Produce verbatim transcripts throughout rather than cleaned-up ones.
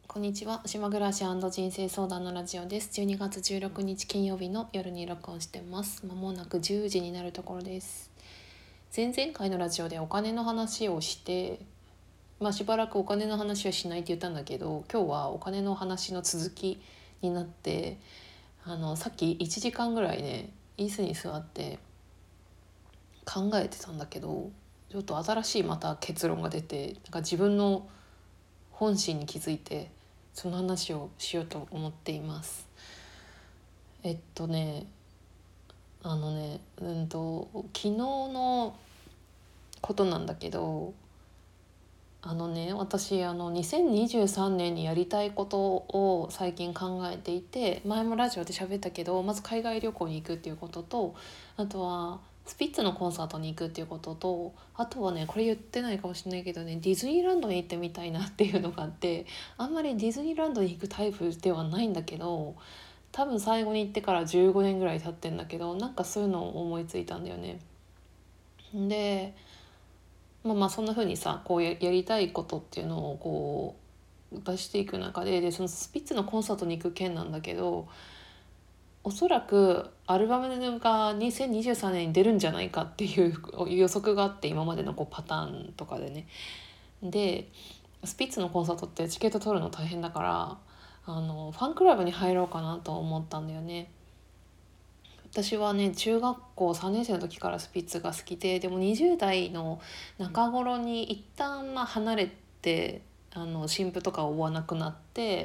こんにちは。島暮らし人生相談のラジオです。じゅうにがつじゅうろくにち金曜日の夜に録音してます。まもなくじゅうじになるところです。前々回のラジオでお金の話をして、まあしばらくお金の話はしないって言ったんだけど、今日はお金の話の続きになって、あのさっきいちじかんぐらいね、椅子に座って考えてたんだけど、ちょっと新しいまた結論が出て、なんか自分の本心に気づいて、その話をしようと思っています。えっとねあのねうんと昨日のことなんだけど、あのね私あのにせんにじゅうさんねんにやりたいことを最近考えていて、前もラジオで喋ったけど、まず海外旅行に行くっていうことと、あとはスピッツのコンサートに行くっていうことと、あとはねこれ言ってないかもしれないけどね、ディズニーランドに行ってみたいなっていうのがあって、あんまりディズニーランドに行くタイプではないんだけど、多分最後に行ってからじゅうごねんぐらい経ってんだけど、なんかそういうのを思いついたんだよね。でまあまあそんな風にさ、こう や, やりたいことっていうのをこう出していく中で、でそのスピッツのコンサートに行く件なんだけど、おそらくアルバムがにせんにじゅうさんねんに出るんじゃないかっていう予測があって、今までのこうパターンとかでね。でスピッツのコンサートってチケット取るの大変だから、あのファンクラブに入ろうかなと思ったんだよね。私はね中学校さんねん生の時からスピッツが好きで、でもにじゅう代の中頃に一旦まあ離れて、あの新譜とかを追わなくなって、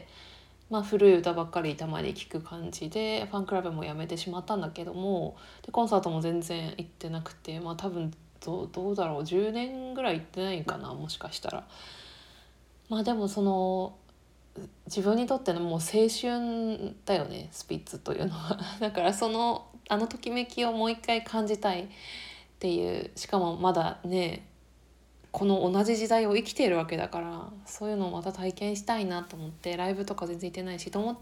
まあ、古い歌ばっかりたまに聴く感じでファンクラブもやめてしまったんだけども、でコンサートも全然行ってなくて、まあ多分どう、どうだろうじゅうねんぐらい行ってないかな、もしかしたら。まあでもその自分にとってのもう青春だよね、スピッツというのは。だからそのあのときめきをもう一回感じたいっていう、しかもまだねこの同じ時代を生きているわけだから、そういうのをまた体験したいなと思って、ライブとか全然行ってないしと思って、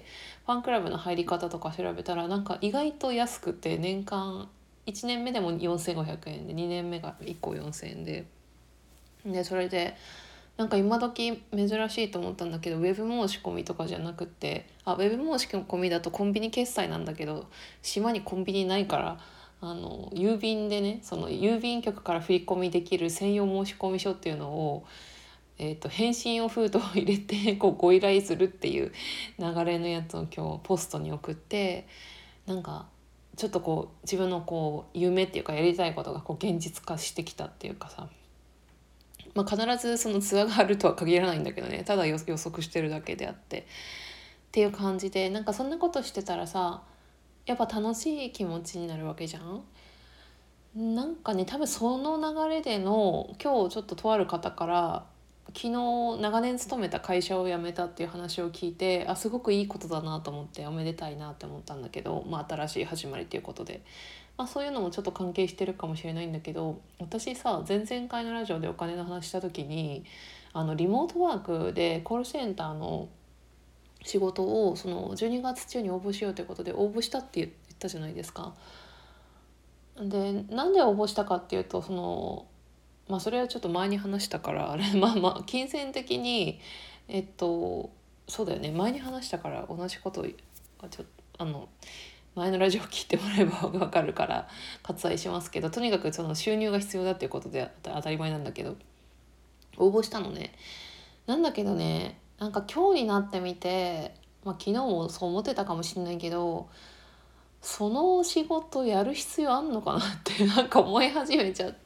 ファンクラブの入り方とか調べたら、なんか意外と安くて、年間いちねんめでもよんせんごひゃくえんで、にねんめがいっこよんせんえんで、でそれでなんか今時珍しいと思ったんだけど、ウェブ申し込みとかじゃなくて、あウェブ申し込みだとコンビニ決済なんだけど、島にコンビニないから、あの郵便でね、その郵便局から振り込みできる専用申し込み書っていうのを、えー、と返信用封筒を入れてこうご依頼するっていう流れのやつを今日ポストに送って、なんかちょっとこう自分のこう夢っていうかやりたいことがこう現実化してきたっていうかさ、まあ、必ずそのツアーがあるとは限らないんだけどね、ただ予測してるだけであってっていう感じで、なんかそんなことしてたらさ、やっぱ楽しい気持ちになるわけじゃん。なんかね多分その流れでの、今日ちょっととある方から昨日長年勤めた会社を辞めたっていう話を聞いて、あすごくいいことだなと思って、おめでたいなって思ったんだけど、まあ、新しい始まりっていうことで、まあ、そういうのもちょっと関係してるかもしれないんだけど、私さ前々回のラジオでお金の話した時に、あのリモートワークでコールセンターの仕事をそのじゅうにがつ中に応募しようということで応募したって言ったじゃないですか。でなんで応募したかっていうと、そのまあそれはちょっと前に話したからあれ、まあまあ金銭的に、えっとそうだよね、前に話したから同じことをちょっとあの前のラジオを聞いてもらえば分かるから割愛しますけど、とにかくその収入が必要だっていうことで当たり前なんだけど、応募したのね。なんだけどね、なんか今日になってみて、まあ、昨日もそう思ってたかもしれないけど、その仕事やる必要あんのかなってなんか思い始めちゃって、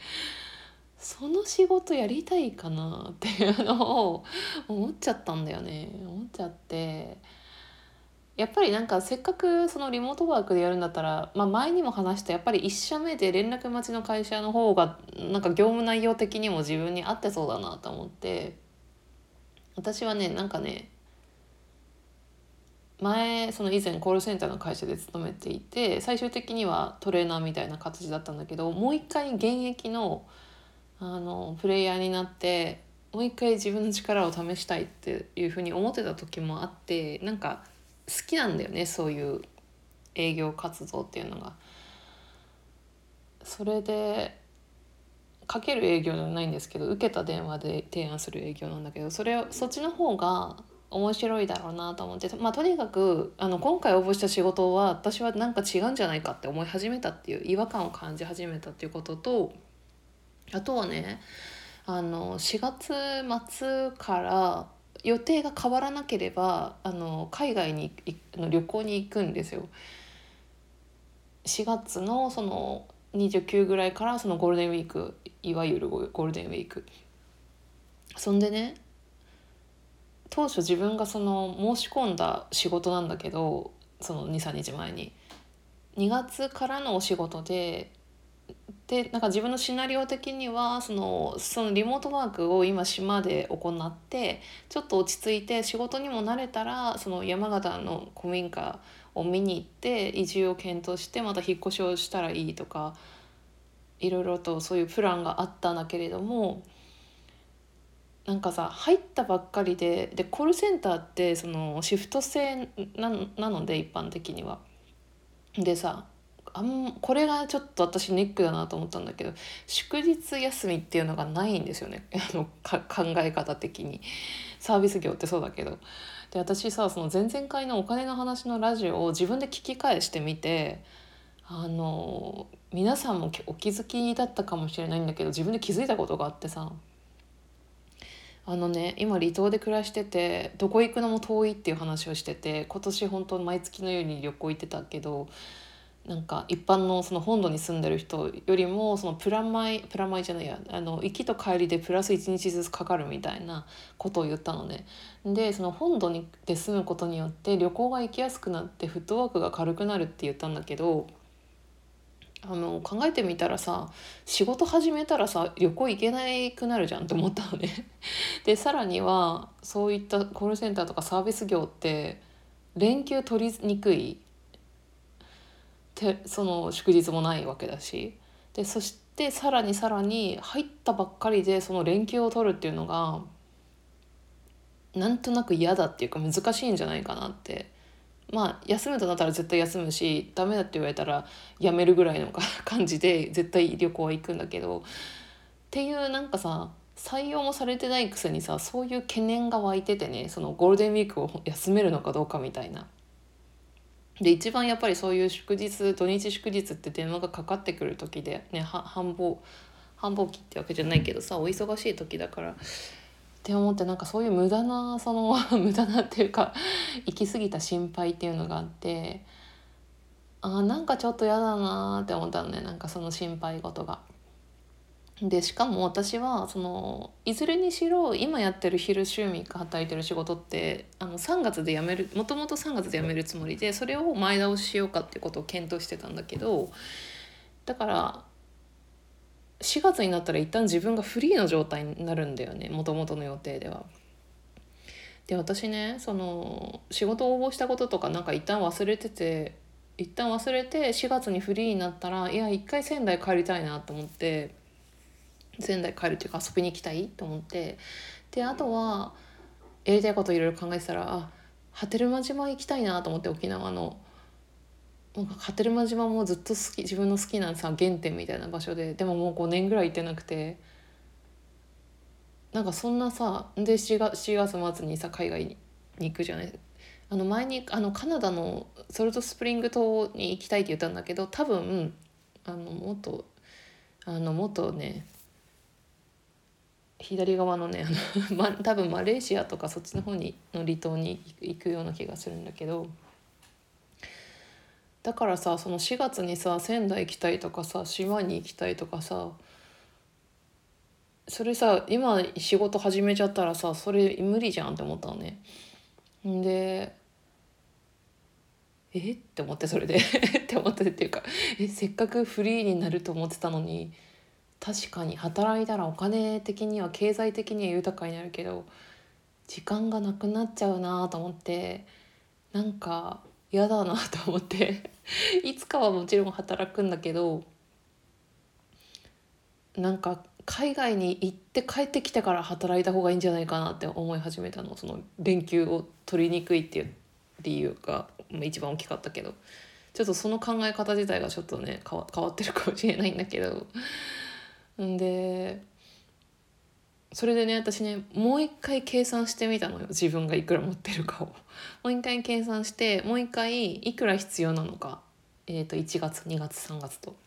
その仕事やりたいかなっていうのを思っちゃったんだよね。思っちゃって、やっぱりなんかせっかくそのリモートワークでやるんだったら、まあ、前にも話したやっぱり一社目で連絡待ちの会社の方がなんか業務内容的にも自分に合ってそうだなと思って、私はねなんかね前その以前コールセンターの会社で勤めていて、最終的にはトレーナーみたいな形だったんだけど、もう一回現役のあのプレイヤーになってもう一回自分の力を試したいっていうふうに思ってた時もあって、なんか好きなんだよね、そういう営業活動っていうのが。それでかける営業ではないんですけど、受けた電話で提案する営業なんだけど、それをそっちの方が面白いだろうなと思って、まあ、とにかくあの今回応募した仕事は私はなんか違うんじゃないかって思い始めたっていう、違和感を感じ始めたっていうことと、あとはね、あのしがつ末から予定が変わらなければあの海外にいあの旅行に行くんですよ。しがつのそのにじゅうくぐらいからそのゴールデンウィーク、いわゆるゴールデンウィーク、そんでね、当初自分がその申し込んだ仕事なんだけど、そのにさんにちまえににがつからのお仕事で、でなんか自分のシナリオ的にはそのそのリモートワークを今島で行って、ちょっと落ち着いて仕事にも慣れたらその山形の古民家を見に行って移住を検討してまた引っ越しをしたらいいとか、いろいろとそういうプランがあったんだけれども、なんかさ入ったばっかりででコールセンターってそのシフト制ななので一般的には。でさ、あんこれがちょっと私ネックだなと思ったんだけど、祝日休みっていうのがないんですよねあのか考え方的に。サービス業ってそうだけど。で私さ、その前々回のお金の話のラジオを自分で聞き返してみて、あの皆さんもお気づきだったかもしれないんだけど、自分で気づいたことがあってさ、あのね、今離島で暮らしててどこ行くのも遠いっていう話をしてて、今年本当毎月のように旅行行ってたけど、なんか一般のその本土に住んでる人よりもそのプラマイプラマイじゃないや、あの行きと帰りでプラスいちにちずつかかるみたいなことを言ったのね。でその本土にで住むことによって旅行が行きやすくなってフットワークが軽くなるって言ったんだけど、あの考えてみたらさ、仕事始めたらさ旅行行けなくなるじゃんって思ったのねでさらにはそういったコールセンターとかサービス業って連休取りにくい、てその祝日もないわけだし、でそしてさらにさらに入ったばっかりでその連休を取るっていうのがなんとなく嫌だっていうか難しいんじゃないかなって。まあ休むとなったら絶対休むし、ダメだって言われたらやめるぐらいの感じで絶対旅行は行くんだけど、っていうなんかさ、採用もされてないくせにさ、そういう懸念が湧いててね、そのゴールデンウィークを休めるのかどうかみたいな。で一番やっぱりそういう祝日、土日祝日って電話がかかってくる時でね、は繁忙繁忙期ってわけじゃないけどさ、お忙しい時だからって思って、なんかそういう無駄なその無駄なっていうか行き過ぎた心配っていうのがあって、あーなんかちょっと嫌だなって思ったのね、なんかその心配事が。でしかも私はそのいずれにしろ今やってる昼週みっか働いてる仕事ってあのさんがつで辞める、もともとさんがつで辞めるつもりで、それを前倒ししようかっていうことを検討してたんだけど、だからしがつになったら一旦自分がフリーの状態になるんだよね、もともとの予定では。で私ね、その仕事を応募したこととかなんか一旦忘れてて一旦忘れてしがつにフリーになったら、いや一回仙台帰りたいなと思って、仙台帰るっていうか遊びに行きたいと思って、であとはやりたいこといろいろ考えてたら、あ波照間島行きたいなと思って、沖縄のなんか波照間島もずっと好き、自分の好きなさ原点みたいな場所で、でももうごねんぐらい行ってなくて、なんかそんなさでしがつしがつ末にさ海外に行くじゃない。あの前にあのカナダのソルトスプリング島に行きたいって言ったんだけど、多分あのもっとあのもっとね左側のねあの、ま、多分マレーシアとかそっちの方にの離島に行くような気がするんだけど、だからさそのしがつにさ仙台行きたいとかさ島に行きたいとかさ、それさ今仕事始めちゃったらさそれ無理じゃんって思ったのね。んでえって思って、それでって思ってっていうか、えせっかくフリーになると思ってたのに、確かに働いたらお金的には経済的には豊かになるけど時間がなくなっちゃうなと思って、なんか嫌だなと思っていつかはもちろん働くんだけど、なんか海外に行って帰ってきてから働いた方がいいんじゃないかなって思い始めたの。その連休を取りにくいっていう理由が一番大きかったけど、ちょっとその考え方自体がちょっとね変わ変わってるかもしれないんだけど、 んでそれでね私ねもう一回計算してみたのよ、自分がいくら持ってるかをもう一回計算してもう一回いくら必要なのか、えー、といちがつにがつさんがつと。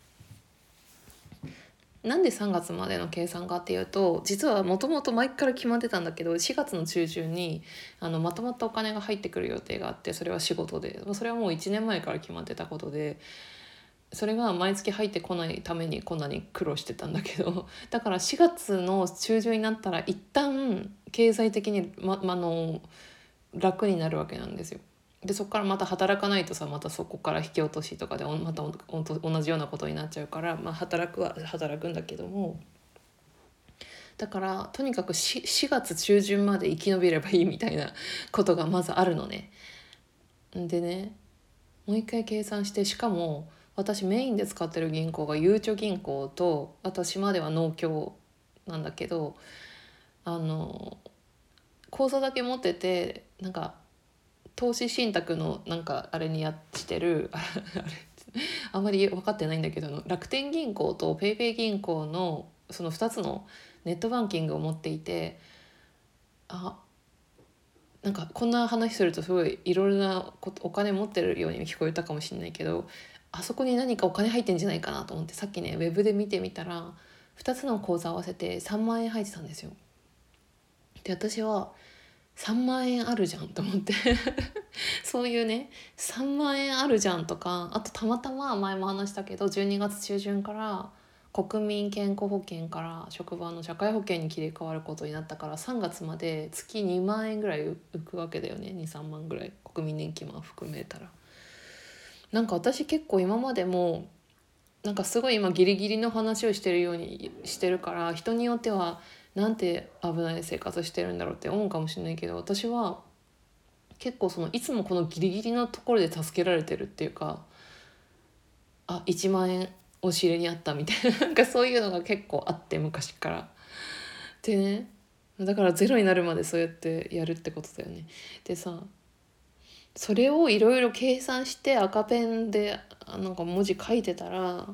なんでさんがつまでの計算かっていうと、実はもともと前から決まってたんだけどしがつの中旬にあのまとまったお金が入ってくる予定があって、それは仕事で、それはもういちねんまえから決まってたことで、それが毎月入ってこないためにこんなに苦労してたんだけどだからしがつの中旬になったら一旦経済的に、ま、まの楽になるわけなんですよ。でそこからまた働かないとさ、またそこから引き落としとかでまた同じようなことになっちゃうから、まあ、働くは働くんだけども、だからとにかく し, しがつ中旬まで生き延びればいいみたいなことがまずあるのね。でねもう一回計算して、しかも私メインで使ってる銀行がゆうちょ銀行と、あと島では農協なんだけど、あの口座だけ持っててなんか投資信託のなんかあれにやしてるあれあんまり分かってないんだけど、楽天銀行とペイペイ銀行のそのふたつのネットバンキングを持っていて、あなんかこんな話するとすごいいろいろなお金持ってるように聞こえたかもしれないけど、あそこに何かお金入ってんじゃないかなと思ってさっきねウェブで見てみたらふたつの口座合わせてさんまんえん入ってたんですよ。で私はさんまんえんあるじゃんと思ってそういうねさんまんえんあるじゃんとか、あとたまたま前も話したけどじゅうにがつ中旬から国民健康保険から職場の社会保険に切り替わることになったから、さんがつまで月にまんえんぐらい浮くわけだよね。にさんまんぐらい国民年金も含めたら、なんか私結構今までもなんかすごい今ギリギリの話をしてるようにしてるから、人によってはなんて危ない生活してるんだろうって思うかもしれないけど、私は結構そのいつもこのギリギリのところで助けられてるっていうか、あいちまんえん押し入れにあったみたいななんかそういうのが結構あって、昔からでね、だからゼロになるまでそうやってやるってことだよね。でさそれをいろいろ計算して赤ペンでなんか文字書いてたら、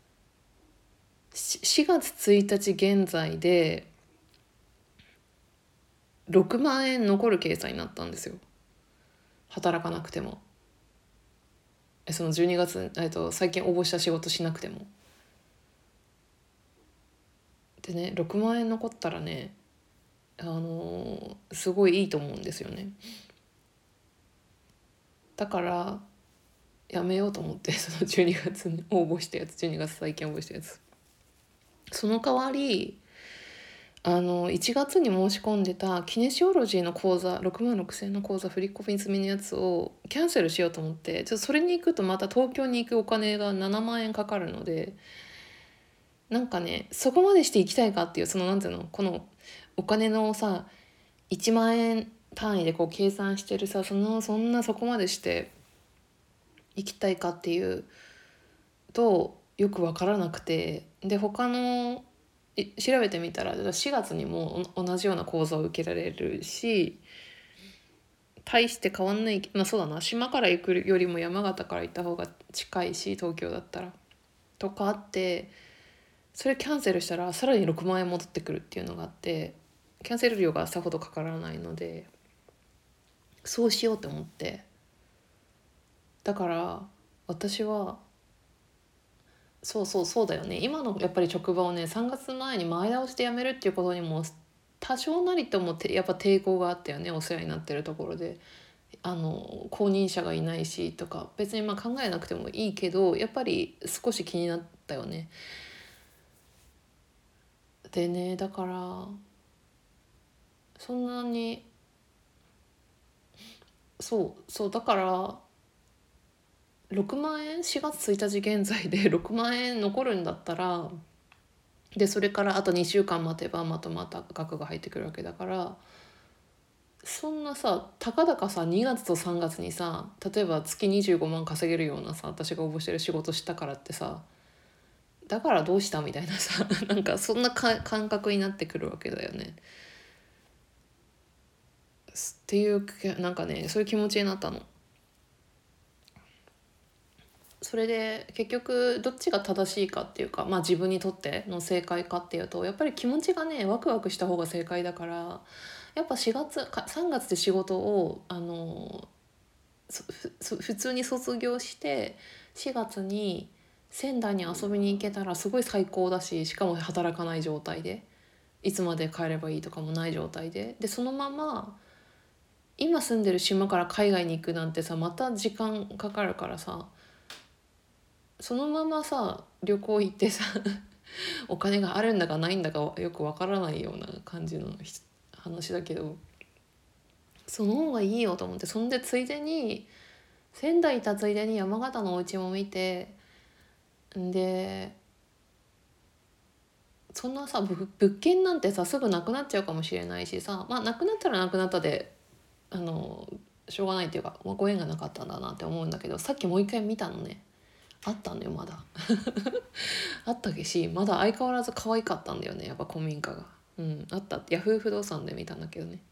しがつついたち現在でろくまんえん残る計算になったんですよ、働かなくても。そのじゅうにがつ、えっと、最近応募した仕事しなくても。でねろくまんえん残ったらね、あのーすごいいいと思うんですよね。だからやめようと思って、そのじゅうにがつに応募したやつ、じゅうにがつ最近応募したやつ、その代わりあのいちがつに申し込んでたキネシオロジーの講座ろくまんろくせんえんの講座振り込み済みのやつをキャンセルしようと思って、ちょっとそれに行くとまた東京に行くお金がななまんえんかかるので、なんかねそこまでして行きたいかっていう、そのなんていうの、このお金のさいちまんえん単位でこう計算してるさ、そのそんなそこまでして行きたいかっていうとよく分からなくて、で他の調べてみたらしがつにも同じような講座を受けられるし、大して変わんない、まあそうだな、島から行くよりも山形から行った方が近いし東京だったらとかあって、それキャンセルしたらさらにろくまんえん戻ってくるっていうのがあって、キャンセル料がさほどかからないのでそうしようと思って、だから私はそうそうそうだよね、今のやっぱり職場をねさんがつまえに前倒しで辞めるっていうことにも多少なりともやっぱ抵抗があったよね。お世話になってるところであの後任者がいないしとか、別にまあ考えなくてもいいけどやっぱり少し気になったよね。でねだからそんなにそうそうだからろくまんえんしがつついたち現在でろくまんえん残るんだったら、でそれからあとにしゅうかん待てばまとまった額が入ってくるわけだから、そんなさたかだかさにがつとさんがつにさ例えば月にじゅうごまん稼げるようなさ私が応募してる仕事したからってさ、だからどうしたみたいなさなんかそんなか感覚になってくるわけだよね。っていうなんかねそういう気持ちになったの。 それで結局どっちが正しいかっていうか、まあ、自分にとっての正解かっていうとやっぱり気持ちがねワクワクした方が正解だから、やっぱしがつかさんがつで仕事をあのふ普通に卒業してしがつに仙台に遊びに行けたらすごい最高だし、しかも働かない状態でいつまで帰ればいいとかもない状態ででそのまま今住んでる島から海外に行くなんてさまた時間かかるからさ、そのままさ旅行行ってさお金があるんだかないんだかよくわからないような感じの話だけど、その方がいいよと思って、そんでついでに仙台いたついでに山形のお家も見て、でそんなさ物件なんてさすぐなくなっちゃうかもしれないしさ、まあなくなったらなくなったであのしょうがないっていうか、まあ、ご縁がなかったんだなって思うんだけど、さっきもう一回見たのね、あったんだよまだあったけし、まだ相変わらず可愛かったんだよね、やっぱ古民家が。うんあったってヤフー不動産で見たんだけどね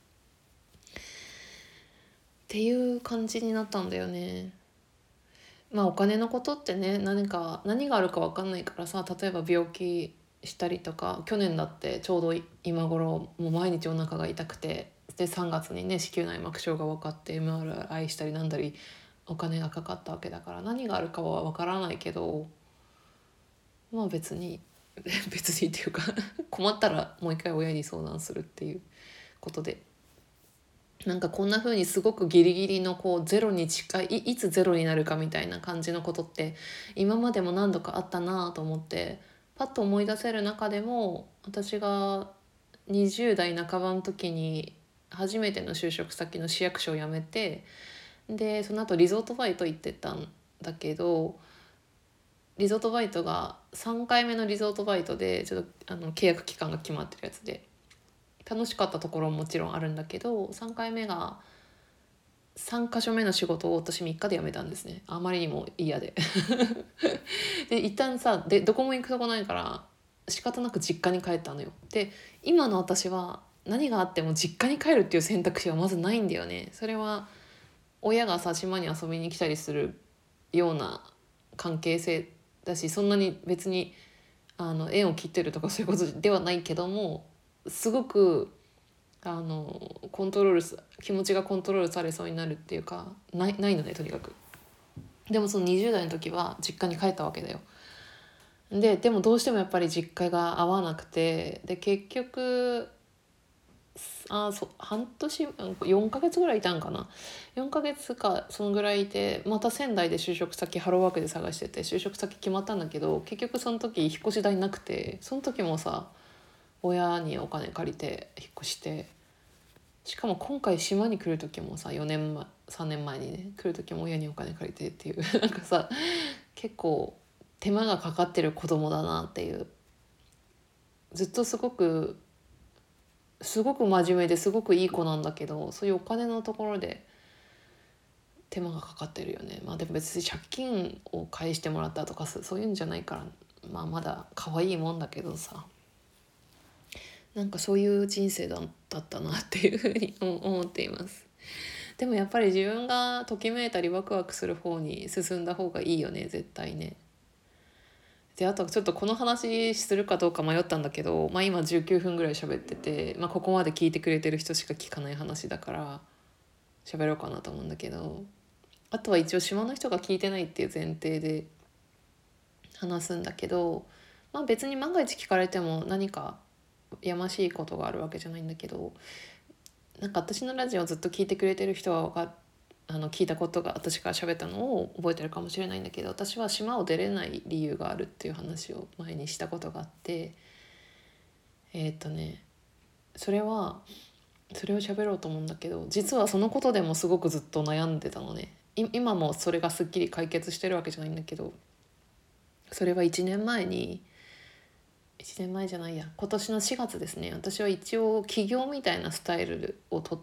っていう感じになったんだよね。まあお金のことってね、何か何があるか分かんないからさ、例えば病気したりとか、去年だってちょうど今頃もう毎日お腹が痛くて、でさんがつにね子宮内膜症が分かって エムアールアイ したりなんだりお金がかかったわけだから、何があるかは分からないけど、まあ別に別にっていうか困ったらもう一回親に相談するっていうことで、なんかこんな風にすごくギリギリのこうゼロに近い、い、いつゼロになるかみたいな感じのことって今までも何度かあったなと思って、パッと思い出せる中でも、私がにじゅう代半ばの時に初めての就職先の市役所を辞めて、でその後リゾートバイト行ってたんだけど、リゾートバイトがさんかいめのリゾートバイトでちょっとあの契約期間が決まってるやつで、楽しかったところももちろんあるんだけど、さんかいめがさんかしょめの仕事を私みっかで辞めたんですね、あまりにも嫌でで一旦さでどこも行くとこないから仕方なく実家に帰ったのよ。で今の私は何があっても実家に帰るっていう選択肢はまずないんだよね。それは親がさ島に遊びに来たりするような関係性だし、そんなに別にあの縁を切ってるとかそういうことではないけども、すごくあのコントロールす気持ちがコントロールされそうになるっていうか、ないないのねとにかく。でもそのにじゅう代の時は実家に帰ったわけだよ。ででもどうしてもやっぱり実家が合わなくて、で結局あそ半年よんかげつぐらいいたんかな、よんかげつかそのぐらいいて、また仙台で就職先ハローワークで探してて就職先決まったんだけど、結局その時引っ越し代なくて、その時もさ親にお金借りて引っ越して、しかも今回島に来る時もさよねんまえさんねんまえにね来る時も親にお金借りてっていうなんかさ結構手間がかかってる子供だなっていう、ずっとすごくすごく真面目ですごくいい子なんだけど、そういうお金のところで手間がかかってるよね。まあでも別に借金を返してもらったとかそういうんじゃないから、まあまだ可愛いもんだけどさ、なんかそういう人生だったなっていうふうに思っています。でもやっぱり自分がときめいたりワクワクする方に進んだ方がいいよね絶対ね。であとちょっとこの話するかどうか迷ったんだけど、まあ、今じゅうきゅうふんぐらい喋ってて、まあ、ここまで聞いてくれてる人しか聞かない話だから喋ろうかなと思うんだけど、あとは一応島の人が聞いてないっていう前提で話すんだけど、まあ、別に万が一聞かれても何かやましいことがあるわけじゃないんだけど、なんか私のラジオをずっと聞いてくれてる人は分かあの聞いたことが私から喋ったのを覚えてるかもしれないんだけど、私は島を出れない理由があるっていう話を前にしたことがあって、えー、っとねそれはそれを喋ろうと思うんだけど、実はそのことでもすごくずっと悩んでたのね。今もそれがすっきり解決してるわけじゃないんだけど、それはいちねんまえにいちねんまえじゃないや今年のしがつですね、私は一応起業みたいなスタイルをとって、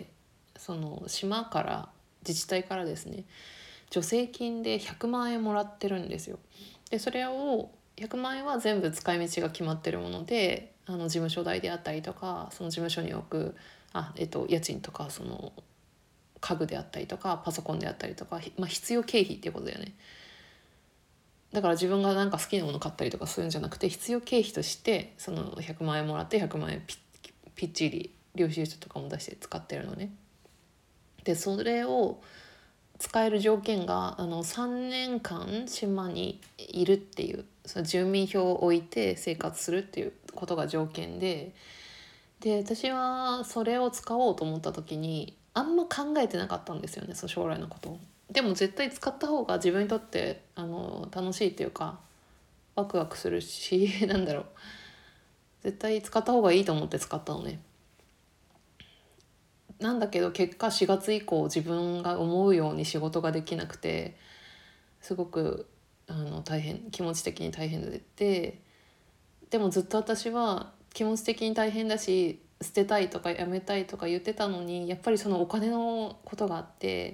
その島から自治体からですね助成金でひゃくまんえんもらってるんですよ。でそれをひゃくまん円は全部使い道が決まってるもので、あの事務所代であったりとか、その事務所に置くあ、えっと、家賃とかその家具であったりとかパソコンであったりとか、まあ、必要経費っていうことだよねだから自分がなんか好きなもの買ったりとかするんじゃなくて、必要経費としてそのひゃくまんえんもらってひゃくまんえんピッぴっちり領収書とかも出して使ってるのね。でそれを使える条件があのさんねんかん島にいるっていう、その住民票を置いて生活するっていうことが条件で、で私はそれを使おうと思った時にあんま考えてなかったんですよね、その将来のことを。でも絶対使った方が自分にとってあの楽しいっていうかワクワクするしなんだろう、絶対使った方がいいと思って使ったのね。なんだけど結果しがつ以降自分が思うように仕事ができなくて、すごくあの大変、気持ち的に大変で、でもずっと私は気持ち的に大変だし捨てたいとかやめたいとか言ってたのに、やっぱりそのお金のことがあって、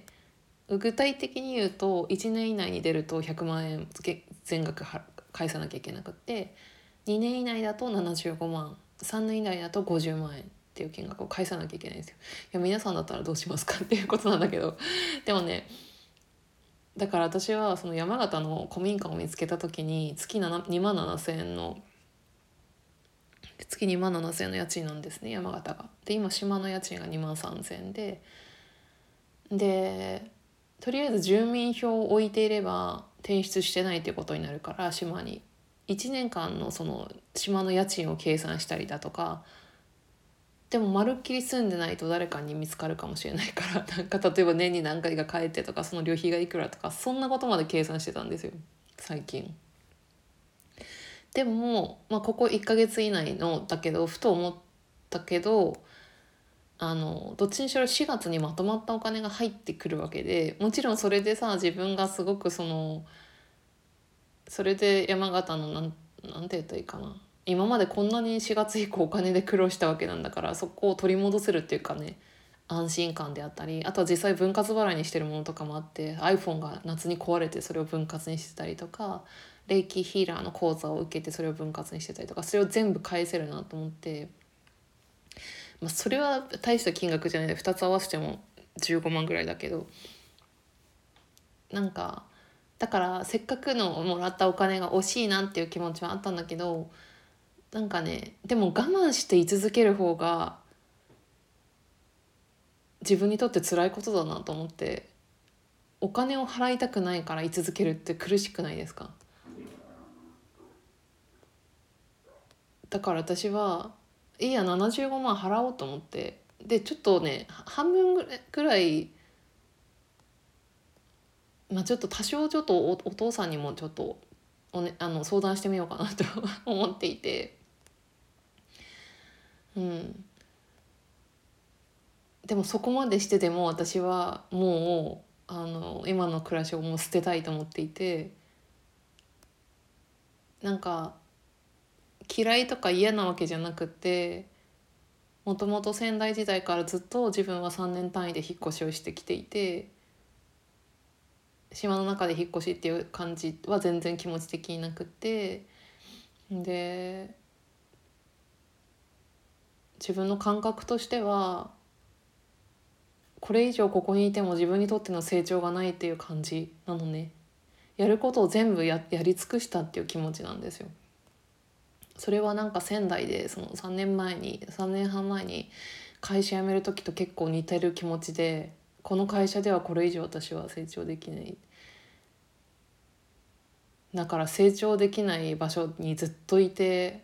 具体的に言うといちねん以内に出るとひゃくまんえん全額返さなきゃいけなくって、にねん以内だとななじゅうごまん、さんねん以内だとごじゅうまんえんっていう金額を返さなきゃいけないんですよ。いや皆さんだったらどうしますかっていうことなんだけど、でもね、だから私はその山形の古民家を見つけた時に月にまんななせんえんの月にまんななせんえんの家賃なんですね、山形が。で今島の家賃がにまんさんぜんえんで、でとりあえず住民票を置いていれば転出してないっていうことになるから、島にいちねんかんのその島の家賃を計算したりだとか、でもまるっきり住んでないと誰かに見つかるかもしれないからなんか例えば年に何回か帰ってとか、その旅費がいくらとか、そんなことまで計算してたんですよ最近。でも、まあ、ここいっかげつ以内のだけどふと思ったけど、あのどっちにしろしがつにまとまったお金が入ってくるわけで、もちろんそれでさ自分がすごくそのそれで山形のなんなんて言ったらいいかな、今までこんなにしがつ以降お金で苦労したわけなんだから、そこを取り戻せるっていうかね、安心感であったり、あとは実際分割払いにしてるものとかもあって、 iPhone が夏に壊れてそれを分割にしてたりとか、レイキーヒーラーの講座を受けてそれを分割にしてたりとか、それを全部返せるなと思って、まあ、それは大した金額じゃないでふたつ合わせてもじゅうごまんぐらいだけど、なんかだからせっかくのもらったお金が惜しいなっていう気持ちはあったんだけど、なんかね、でも我慢して居続ける方が自分にとって辛いことだなと思って、お金を払いたくないから居続けるって苦しくないですか？だから私はいいやななじゅうごまん払おうと思って、でちょっとね半分ぐらい、まあ、ちょっと多少ちょっと お, お父さんにもちょっとお、ね、あの相談してみようかなと思っていて、うん、でもそこまでしてでも私はもうあの今の暮らしをもう捨てたいと思っていて、なんか嫌いとか嫌なわけじゃなくて、もともと仙台時代からずっと自分はさんねん単位で引っ越しをしてきていて、島の中で引っ越しっていう感じは全然気持ち的になくて、で自分の感覚としてはこれ以上ここにいても自分にとっての成長がないっていう感じなのね。やることを全部 や, やり尽くしたっていう気持ちなんですよ。それはなんか仙台でそのさんねんまえにさんねんはん前に会社辞める時と結構似てる気持ちで、この会社ではこれ以上私は成長できない、だから成長できない場所にずっといて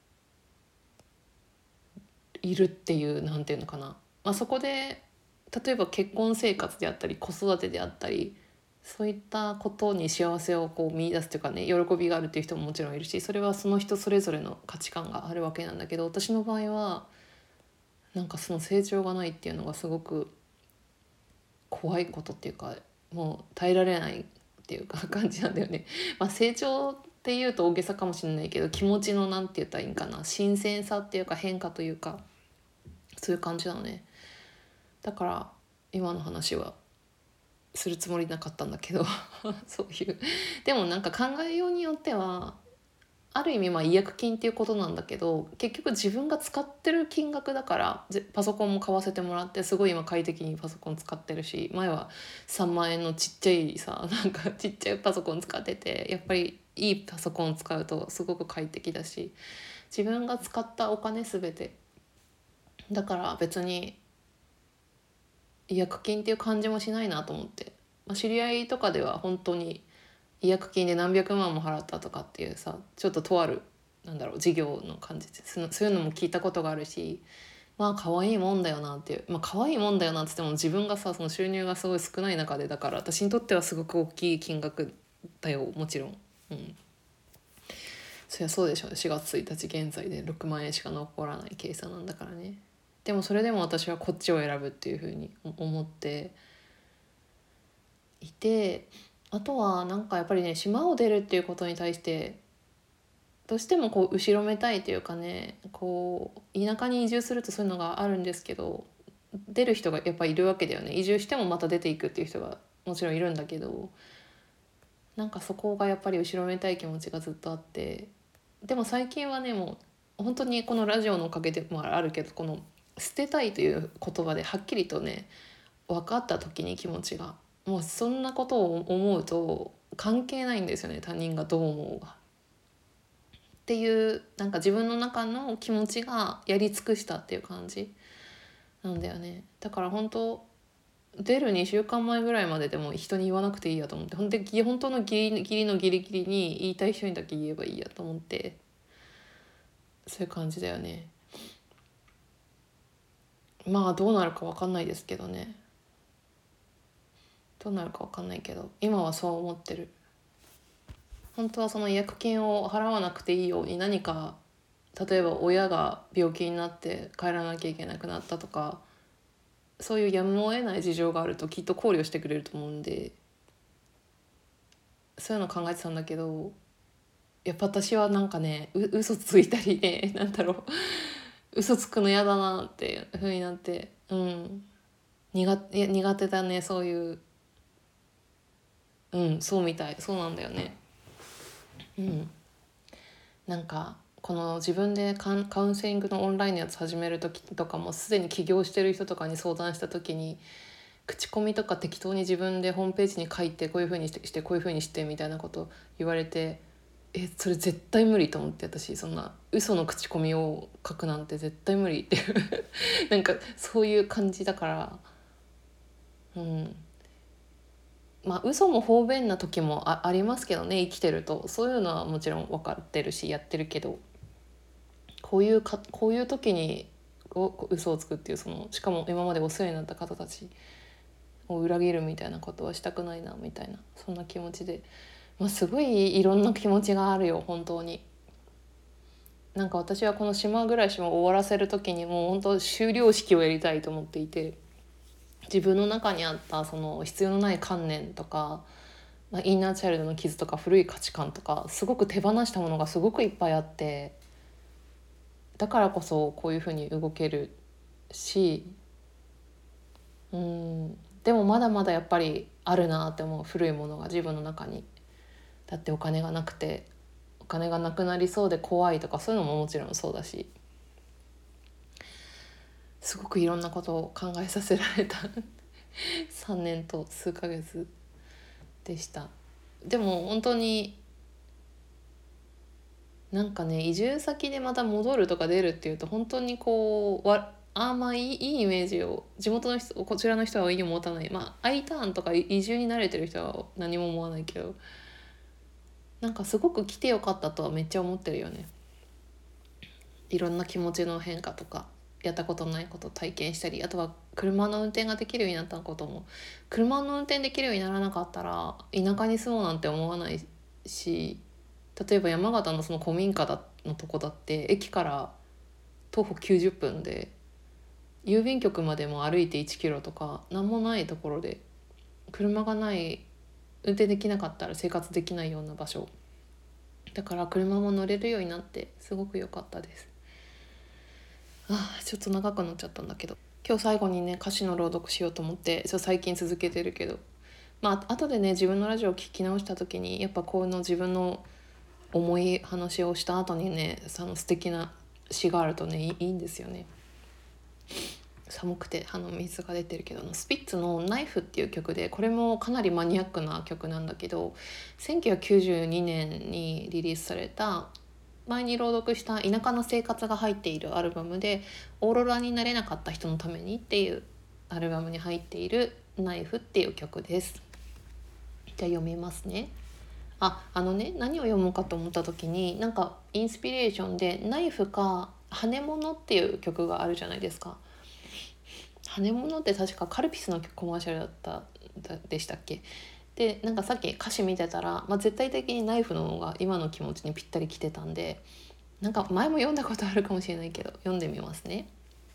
いるっていう、なんていうのかな、まあ、そこで例えば結婚生活であったり子育てであったり、そういったことに幸せをこう見出すというかね、喜びがあるっていう人ももちろんいるし、それはその人それぞれの価値観があるわけなんだけど、私の場合はなんかその成長がないっていうのがすごく怖いことっていうか、もう耐えられないっていうか感じなんだよね。まあ、成長っていうと大げさかもしれないけど、気持ちのなんて言ったらいいんかな、新鮮さっていうか変化というか、そういう感じなのね。だから今の話はするつもりなかったんだけどそういう、でもなんか考えようによってはある意味まあ違約金っていうことなんだけど、結局自分が使ってる金額だから、パソコンも買わせてもらって、すごい今快適にパソコン使ってるし、前はさんまん円のちっちゃいさ、なんかちっちゃいパソコン使ってて、やっぱりいいパソコンを使うとすごく快適だし、自分が使ったお金すべてだから別に違約金っていう感じもしないなと思って、まあ、知り合いとかでは本当に違約金で何百万も払ったとかっていうさ、ちょっととあるなんだろう事業の感じで、そういうのも聞いたことがあるし、まあ可愛いもんだよなっていう、まあ可愛いもんだよなって言っても、自分がさその収入がすごい少ない中で、だから私にとってはすごく大きい金額だよ、もちろん。うん、そりゃそうでしょうね。しがつついたち現在でろくまん円しか残らない計算なんだからね。でもそれでも私はこっちを選ぶっていうふうに思っていて、あとはなんかやっぱりね、島を出るっていうことに対してどうしてもこう後ろめたいというかね、こう田舎に移住するとそういうのがあるんですけど、出る人がやっぱいるわけだよね。移住してもまた出ていくっていう人がもちろんいるんだけど、なんかそこがやっぱり後ろめたい気持ちがずっとあって、でも最近はね、もう本当にこのラジオのおかげでもあるけど、この捨てたいという言葉ではっきりとね分かった時に、気持ちがもうそんなことを思うと関係ないんですよね、他人がどう思うがっていう、なんか自分の中の気持ちがやり尽くしたっていう感じなんだよね。だから本当出るにしゅうかんまえぐらいまででも人に言わなくていいやと思って、本当に本当のギリギリのギリギリに言いたい人にだけ言えばいいやと思って、そういう感じだよね。まあどうなるか分かんないですけどね、どうなるか分かんないけど今はそう思ってる。本当はその違約金を払わなくていいように、何か例えば親が病気になって帰らなきゃいけなくなったとか、そういうやむを得ない事情があるときっと考慮してくれると思うんで、そういうの考えてたんだけど、やっぱ私はなんかね、う嘘ついたりね、なんだろう、嘘つくの嫌だなっていう風になって、うん苦手、苦手だね、そういう。うんそうみたい、そうなんだよね。うんなんかこの自分でカウカウンセリングのオンラインのやつ始める時とかも、すでに起業してる人とかに相談した時に、口コミとか適当に自分でホームページに書いて、こういう風にしてしてこういう風にしてみたいなこと言われて、えそれ絶対無理と思って、私そんな嘘の口コミを書くなんて絶対無理っていうなんかそういう感じだから、うんまあ嘘も方便な時も あ, ありますけどね、生きてるとそういうのはもちろん分かってるしやってるけど、こういうかこういう時にこう嘘をつくっていう、そのしかも今までお世話になった方たちを裏切るみたいなことはしたくないなみたいな、そんな気持ちで、まあ、すごいいろんな気持ちがあるよ本当に。なんか私はこの島暮らしも終わらせる時にもう本当終了式をやりたいと思っていて、自分の中にあったその必要のない観念とか、まあ、インナーチャイルドの傷とか古い価値観とか、すごく手放したものがすごくいっぱいあって、だからこそこういうふうに動けるし、うんでもまだまだやっぱりあるなって思う、古いものが自分の中に。だってお金がなくて、お金がなくなりそうで怖いとか、そういうのももちろんそうだし、すごくいろんなことを考えさせられたさんねんと数ヶ月でした。でも本当になんかね、移住先でまた戻るとか出るっていうと、本当にこうわあまあいい、いいイメージを地元の人、こちらの人はいいに持たない。まあ I ターンとか移住に慣れてる人は何も思わないけど、なんかすごく来てよかったとはめっちゃ思ってるよね。いろんな気持ちの変化とか、やったことないことを体験したり、あとは車の運転ができるようになったことも、車の運転できるようにならなかったら田舎に住もうなんて思わないし、例えば山形のその古民家だのとこだって駅から徒歩きゅうじゅっぷんで、郵便局までも歩いていちキロとか、何もないところで、車がない、運転できなかったら生活できないような場所だから、車も乗れるようになってすごく良かったです。あーちょっと長くなっちゃったんだけど、今日最後にね歌詞の朗読しようと思ってちょ最近続けてるけど、まあ後でね自分のラジオを聞き直した時に、やっぱこの自分の重い話をした後にね、その素敵な詩があるとね、いいんですよね。寒くてあの水が出てるけど、スピッツの「ナイフ」っていう曲で、これもかなりマニアックな曲なんだけど、せんきゅうひゃくきゅうじゅうにねんにリリースされた、前に朗読した「田舎の生活」が入っているアルバムで「オーロラになれなかった人のために」っていうアルバムに入っている「ナイフ」っていう曲です。じゃあ読みますね。あ、あのね、何を読もうかと思った時に、なんかインスピレーションで「ナイフ」か「羽物」っていう曲があるじゃないですか。羽物って確かカルピスのコマーシャルだったでしたっけ。でなんかさっき歌詞見てたら、まあ、絶対的にナイフの方が今の気持ちにぴったりきてたんで、なんか前も読んだことあるかもしれないけど読んでみますね。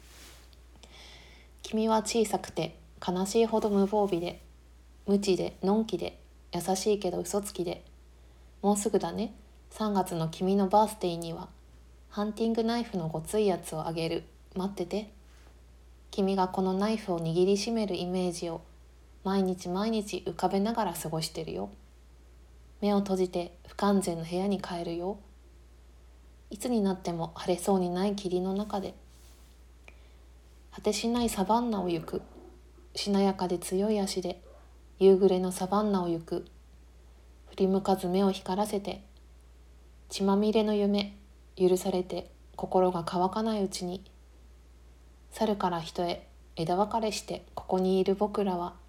君は小さくて悲しいほど無防備で、無知でのんきで、優しいけど嘘つきで、もうすぐだね、さんがつの君のバースデーにはハンティングナイフのごついやつをあげる、待ってて。君がこのナイフを握りしめるイメージを毎日毎日浮かべながら過ごしてるよ。目を閉じて不完全な部屋に帰るよ。いつになっても晴れそうにない霧の中で、果てしないサバンナを行く、しなやかで強い足で夕暮れのサバンナを行く。振り向かず目を光らせて、血まみれの夢許されて心が乾かないうちに、猿から人へ枝分かれしてここにいる僕らは、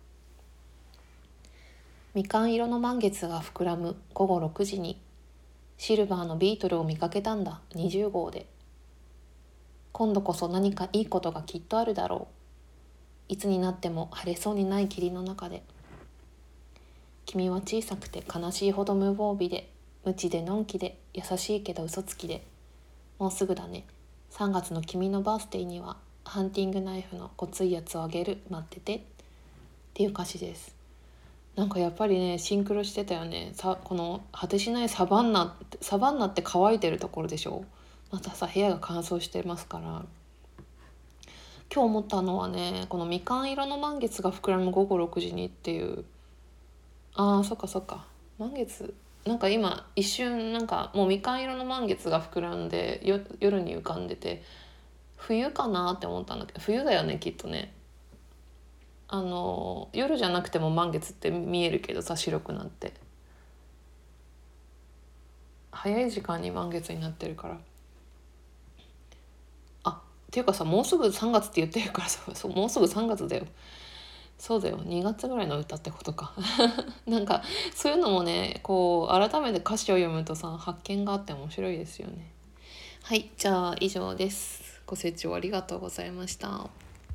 みかん色の満月が膨らむごごろくじにシルバーのビートルを見かけたんだ、にじゅうごうで。今度こそ何かいいことがきっとあるだろう。いつになっても晴れそうにない霧の中で。君は小さくて悲しいほど無防備で、無知でのんきで、優しいけど嘘つきで、もうすぐだね、さんがつの君のバースデーにはハンティングナイフのごついやつをあげる、待っててっていう歌詞です。なんかやっぱりね、シンクロしてたよね。さこの果てしないサバンナって、サバンナって乾いてるところでしょ。またさ、部屋が乾燥してますから。今日思ったのはね、このみかん色の満月が膨らむごごろくじにっていう、あーそっかそっか、満月、なんか今一瞬なんかもうみかん色の満月が膨らんでよ夜に浮かんでて、冬かなって思ったんだけど、冬だよねきっとね。あの夜じゃなくても満月って見えるけどさ、白くなって早い時間に満月になってるから。あ、っていうかさ、もうすぐさんがつって言ってるからさ、そうもうすぐさんがつだよ。そうだよ、にがつぐらいの歌ってことかなんかそういうのもね、こう改めて歌詞を読むとさ、発見があって面白いですよね。はい、じゃあ以上です。ご清聴ありがとうございました。